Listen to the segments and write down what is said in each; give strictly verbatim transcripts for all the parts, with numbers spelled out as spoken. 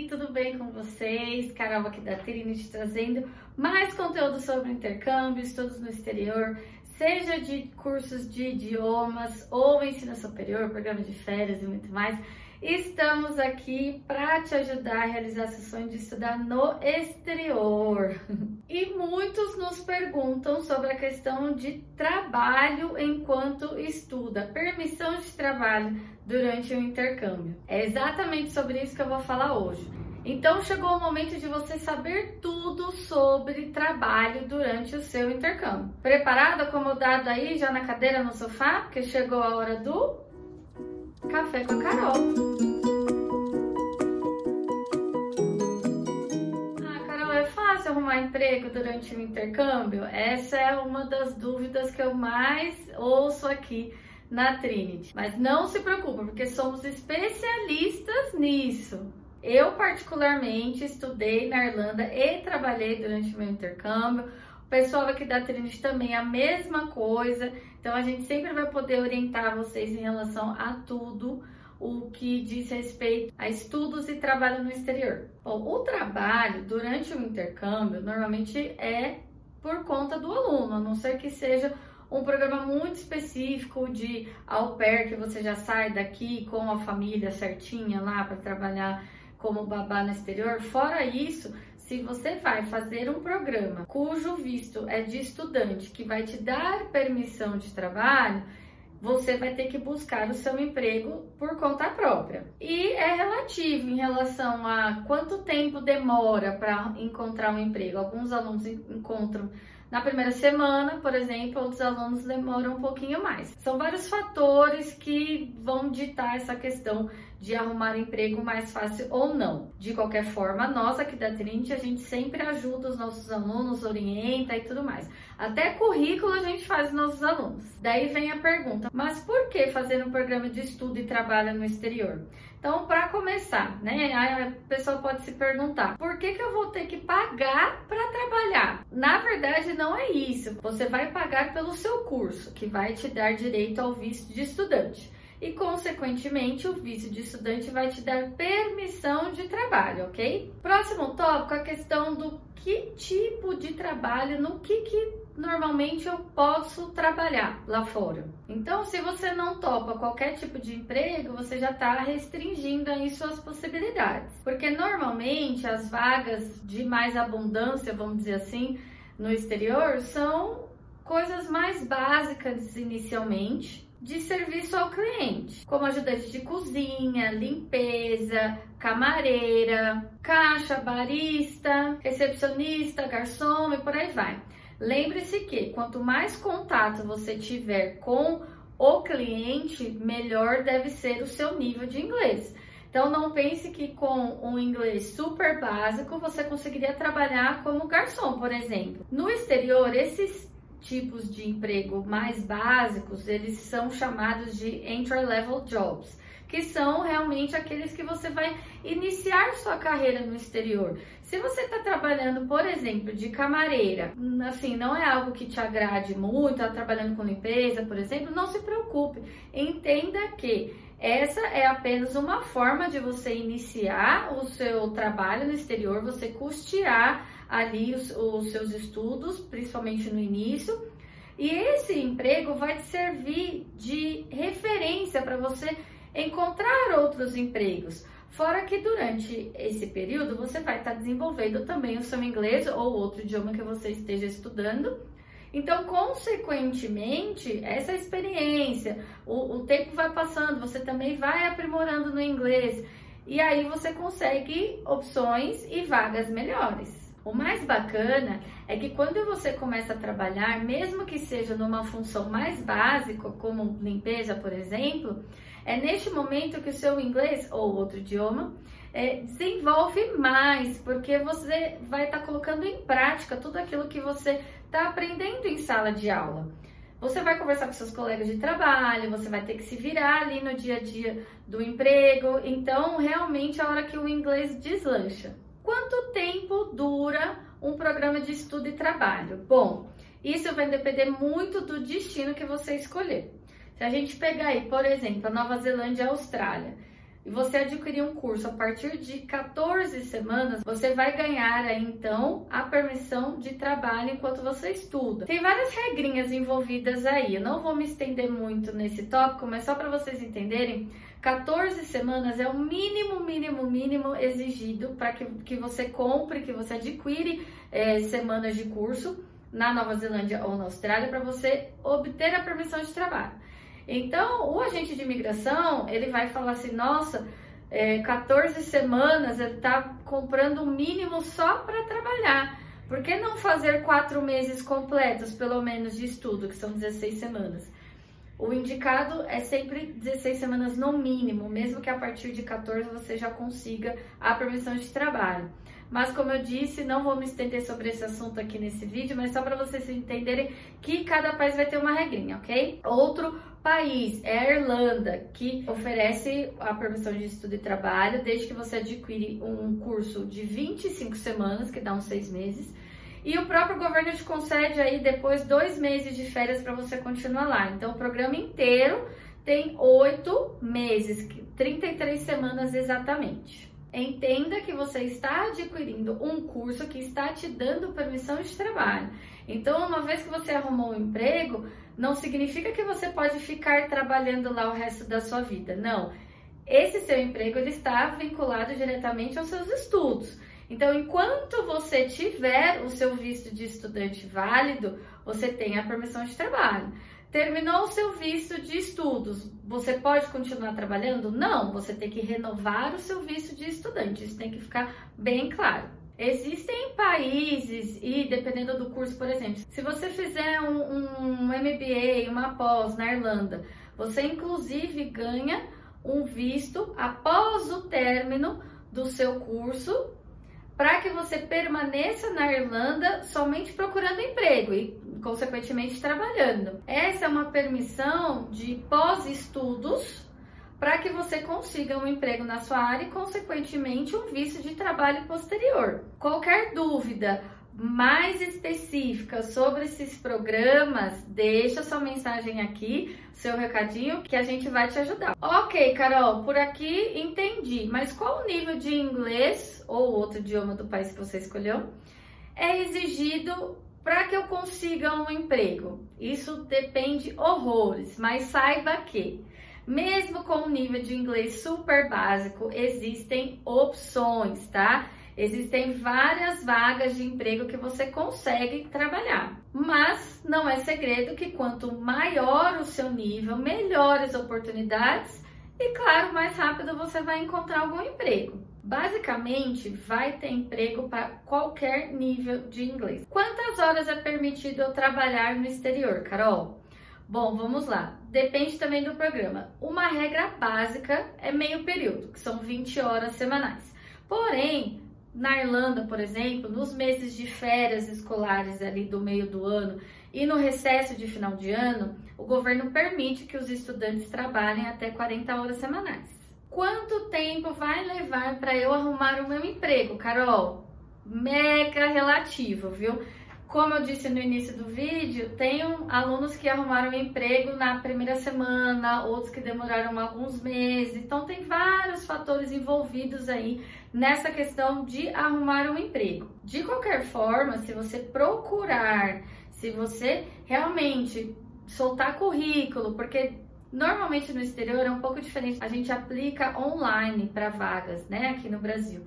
tudo bem com vocês? Carol aqui da Trinity trazendo mais conteúdo sobre intercâmbio, estudos no exterior, seja de cursos de idiomas ou ensino superior, programa de férias e muito mais. Estamos aqui para te ajudar a realizar seu sonho de estudar no exterior. E muitos nos perguntam sobre a questão de trabalho enquanto estuda, permissão de trabalho durante o intercâmbio. É exatamente sobre isso que eu vou falar hoje. Então chegou o momento de você saber tudo sobre trabalho durante o seu intercâmbio. Preparado, acomodado aí já na cadeira, no sofá? Porque chegou a hora do Café com a Carol. Ah, Carol, é fácil arrumar emprego durante o intercâmbio? Essa é uma das dúvidas que eu mais ouço aqui na Trinity. Mas não se preocupe, porque somos especialistas nisso. Eu, particularmente, estudei na Irlanda e trabalhei durante o meu intercâmbio. O pessoal aqui da Trinity também a mesma coisa. Então, a gente sempre vai poder orientar vocês em relação a tudo o que diz respeito a estudos e trabalho no exterior. Bom, o trabalho durante o intercâmbio normalmente é por conta do aluno, a não ser que seja um programa muito específico de au pair, que você já sai daqui com a família certinha lá para trabalhar como babá no exterior. Fora isso, se você vai fazer um programa cujo visto é de estudante, que vai te dar permissão de trabalho, você vai ter que buscar o seu emprego por conta própria. E é relativo em relação a quanto tempo demora para encontrar um emprego. Alguns alunos encontram na primeira semana, por exemplo, outros alunos demoram um pouquinho mais. São vários fatores que vão ditar essa questão de arrumar emprego mais fácil ou não. De qualquer forma, nós aqui da Trinity, a gente sempre ajuda os nossos alunos, orienta e tudo mais. Até currículo a gente faz nos nossos alunos. Daí vem a pergunta, mas por que fazer um programa de estudo e trabalho no exterior? Então, para começar, né, a pessoa pode se perguntar, por que que eu vou ter que pagar para trabalhar? Na verdade, não é isso. Você vai pagar pelo seu curso, que vai te dar direito ao visto de estudante. E, consequentemente, o visto de estudante vai te dar permissão de trabalho, ok? Próximo tópico, a questão do que tipo de trabalho, no que que normalmente eu posso trabalhar lá fora. Então, se você não topa qualquer tipo de emprego, você já está restringindo aí suas possibilidades. Porque, normalmente, as vagas de mais abundância, vamos dizer assim, no exterior, são coisas mais básicas inicialmente, de serviço ao cliente, como ajudante de cozinha, limpeza, camareira, caixa, barista, recepcionista, garçom e por aí vai. Lembre-se que quanto mais contato você tiver com o cliente, melhor deve ser o seu nível de inglês. Então não pense que com um inglês super básico você conseguiria trabalhar como garçom, por exemplo. No exterior, esses tipos de emprego mais básicos, eles são chamados de entry-level jobs, que são realmente aqueles que você vai iniciar sua carreira no exterior. Se você está trabalhando, por exemplo, de camareira, assim, não é algo que te agrade muito, está trabalhando com limpeza, por exemplo, não se preocupe. Entenda que essa é apenas uma forma de você iniciar o seu trabalho no exterior, você custear ali os, os seus estudos, principalmente no início, e esse emprego vai te servir de referência para você encontrar outros empregos. Fora que durante esse período você vai estar desenvolvendo também o seu inglês ou outro idioma que você esteja estudando. Então, consequentemente, essa experiência, o, o tempo vai passando, você também vai aprimorando no inglês e aí você consegue opções e vagas melhores. O mais bacana é que quando você começa a trabalhar, mesmo que seja numa função mais básica, como limpeza, por exemplo, é neste momento que o seu inglês ou outro idioma é, desenvolve mais, porque você vai estar colocando em prática tudo aquilo que você está aprendendo em sala de aula. Você vai conversar com seus colegas de trabalho, você vai ter que se virar ali no dia a dia do emprego, então realmente é a hora que o inglês deslancha. Quanto tempo dura um programa de estudo e trabalho? Bom, isso vai depender muito do destino que você escolher. Se a gente pegar aí, por exemplo, a Nova Zelândia e a Austrália, e você adquirir um curso a partir de quatorze semanas, você vai ganhar aí, então, a permissão de trabalho enquanto você estuda. Tem várias regrinhas envolvidas aí, eu não vou me estender muito nesse tópico, mas só para vocês entenderem, quatorze semanas é o mínimo, mínimo, mínimo exigido para que, que você compre, que você adquire é, semanas de curso na Nova Zelândia ou na Austrália para você obter a permissão de trabalho. Então, o agente de imigração, ele vai falar assim, nossa, é, quatorze semanas, ele está comprando o mínimo só para trabalhar. Por que não fazer quatro meses completos, pelo menos, de estudo, que são dezesseis semanas? O indicado é sempre dezesseis semanas no mínimo, mesmo que a partir de quatorze você já consiga a permissão de trabalho. Mas como eu disse, não vou me estender sobre esse assunto aqui nesse vídeo, mas só para vocês entenderem que cada país vai ter uma regrinha, ok? Outro país é a Irlanda, que oferece a permissão de estudo e trabalho desde que você adquire um curso de vinte e cinco semanas, que dá uns seis meses, e o próprio governo te concede aí depois dois meses de férias para você continuar lá. Então o programa inteiro tem oito meses, trinta e três semanas exatamente. Entenda que você está adquirindo um curso que está te dando permissão de trabalho. Então, uma vez que você arrumou um emprego, não significa que você pode ficar trabalhando lá o resto da sua vida. Não. Esse seu emprego ele está vinculado diretamente aos seus estudos. Então, enquanto você tiver o seu visto de estudante válido, você tem a permissão de trabalho. Terminou o seu visto de estudos, você pode continuar trabalhando? Não, você tem que renovar o seu visto de estudante, isso tem que ficar bem claro. Existem países e dependendo do curso, por exemplo, se você fizer um, um M B A, uma pós na Irlanda, você inclusive ganha um visto após o término do seu curso, para que você permaneça na Irlanda somente procurando emprego e, consequentemente, trabalhando. Essa é uma permissão de pós-estudos para que você consiga um emprego na sua área e, consequentemente, um visto de trabalho posterior. Qualquer dúvida mais específica sobre esses programas, deixa sua mensagem aqui, seu recadinho, que a gente vai te ajudar. Ok, Carol, por aqui entendi, mas qual o nível de inglês ou outro idioma do país que você escolheu é exigido para que eu consiga um emprego? Isso depende horrores, mas saiba que mesmo com um nível de inglês super básico, existem opções, tá? Existem várias vagas de emprego que você consegue trabalhar, mas não é segredo que quanto maior o seu nível, melhores oportunidades e, claro, mais rápido você vai encontrar algum emprego. Basicamente, vai ter emprego para qualquer nível de inglês. Quantas horas é permitido eu trabalhar no exterior, Carol? Bom, vamos lá. Depende também do programa. Uma regra básica é meio período, que são vinte horas semanais. Porém, na Irlanda, por exemplo, nos meses de férias escolares ali do meio do ano e no recesso de final de ano, o governo permite que os estudantes trabalhem até quarenta horas semanais. Quanto tempo vai levar para eu arrumar o meu emprego, Carol? Mega relativo, viu? Como eu disse no início do vídeo, tenho alunos que arrumaram emprego na primeira semana, outros que demoraram alguns meses. Então, tem vários fatores envolvidos aí nessa questão de arrumar um emprego. De qualquer forma, se você procurar, se você realmente soltar currículo, porque normalmente no exterior é um pouco diferente, a gente aplica online para vagas, né, aqui no Brasil.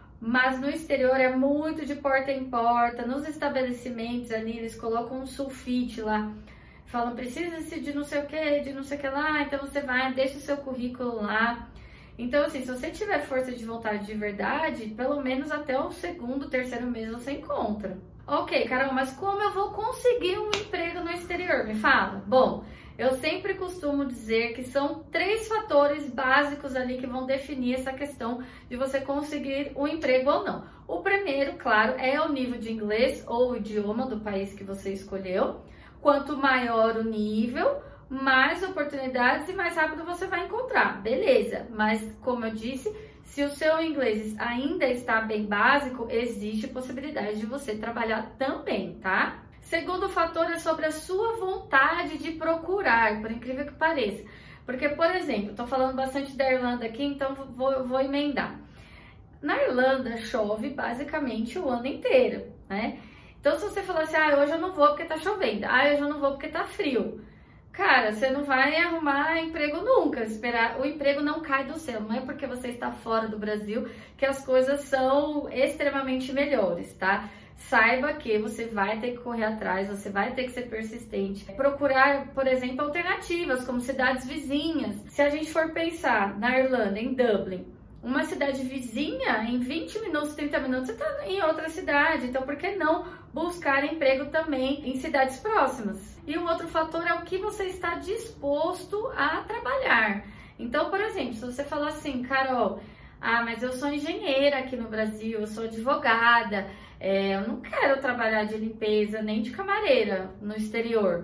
Mas no exterior é muito de porta em porta, nos estabelecimentos ali eles colocam um sulfite lá, falam precisa-se de não sei o que, de não sei o que lá, então você vai, deixa o seu currículo lá. Então assim, se você tiver força de vontade de verdade, pelo menos até o segundo, terceiro mês você encontra. Ok, Carol, mas como eu vou conseguir um emprego no exterior? Me fala. Bom, eu sempre costumo dizer que são três fatores básicos ali que vão definir essa questão de você conseguir um emprego ou não. O primeiro, claro, é o nível de inglês ou o idioma do país que você escolheu. Quanto maior o nível, mais oportunidades e mais rápido você vai encontrar. Beleza, mas como eu disse, se o seu inglês ainda está bem básico, existe possibilidade de você trabalhar também, tá? Segundo fator é sobre a sua vontade de procurar, por incrível que pareça. Porque, por exemplo, tô falando bastante da Irlanda aqui, então vou, vou emendar. Na Irlanda chove basicamente o ano inteiro, né? Então, se você falar assim, ah, hoje eu não vou porque tá chovendo, ah, hoje eu não vou porque tá frio, cara, você não vai arrumar emprego nunca. Esperar, o emprego não cai do céu, não é porque você está fora do Brasil que as coisas são extremamente melhores, tá? Saiba que você vai ter que correr atrás, você vai ter que ser persistente. Procurar, por exemplo, alternativas, como cidades vizinhas. Se a gente for pensar na Irlanda, em Dublin, uma cidade vizinha, em vinte minutos, trinta minutos, você está em outra cidade. Então, por que não buscar emprego também em cidades próximas? E um outro fator é o que você está disposto a trabalhar. Então, por exemplo, se você falar assim, Carol, ah, mas eu sou engenheira aqui no Brasil, eu sou advogada, é, eu não quero trabalhar de limpeza nem de camareira no exterior.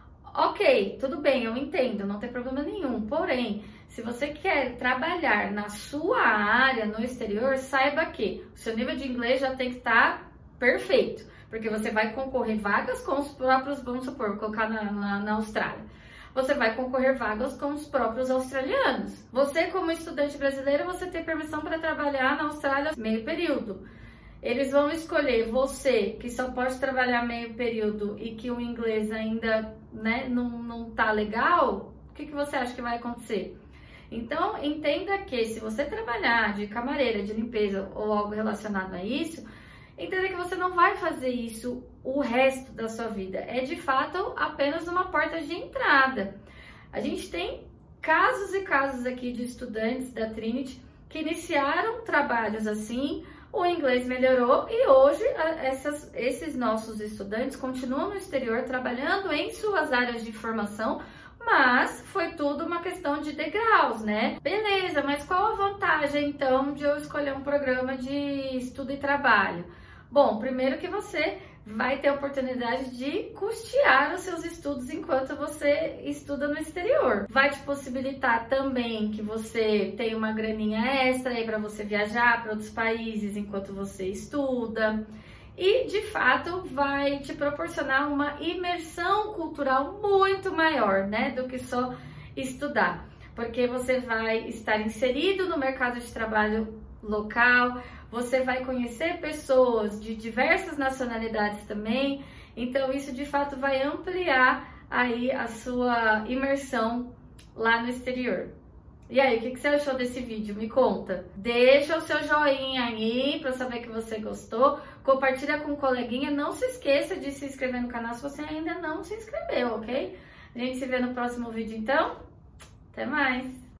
Ok, tudo bem, eu entendo, não tem problema nenhum. Porém, se você quer trabalhar na sua área no exterior, saiba que o seu nível de inglês já tem que estar perfeito, porque você vai concorrer vagas com os próprios, vamos supor, vou colocar na, na, na Austrália. Você vai concorrer vagas com os próprios australianos. Você, como estudante brasileiro, você tem permissão para trabalhar na Austrália meio período. Eles vão escolher você, que só pode trabalhar meio período e que o inglês ainda, né, não, não tá legal, o que, que você acha que vai acontecer? Então, entenda que se você trabalhar de camareira, de limpeza ou algo relacionado a isso, entenda que você não vai fazer isso o resto da sua vida. É, de fato, apenas uma porta de entrada. A gente tem casos e casos aqui de estudantes da Trinity que iniciaram trabalhos assim, o inglês melhorou e hoje essas, esses nossos estudantes continuam no exterior trabalhando em suas áreas de formação, mas foi tudo uma questão de degraus, né? Beleza, mas qual a vantagem então de eu escolher um programa de estudo e trabalho? Bom, primeiro que você vai ter a oportunidade de custear os seus estudos enquanto você estuda no exterior. Vai te possibilitar também que você tenha uma graninha extra aí para você viajar para outros países enquanto você estuda. E, de fato, vai te proporcionar uma imersão cultural muito maior, né, do que só estudar. Porque você vai estar inserido no mercado de trabalho local, você vai conhecer pessoas de diversas nacionalidades também, então isso de fato vai ampliar aí a sua imersão lá no exterior. E aí, o que você achou desse vídeo? Me conta. Deixa o seu joinha aí para saber que você gostou, compartilha com um coleguinha, não se esqueça de se inscrever no canal se você ainda não se inscreveu, ok? A gente se vê no próximo vídeo então, até mais!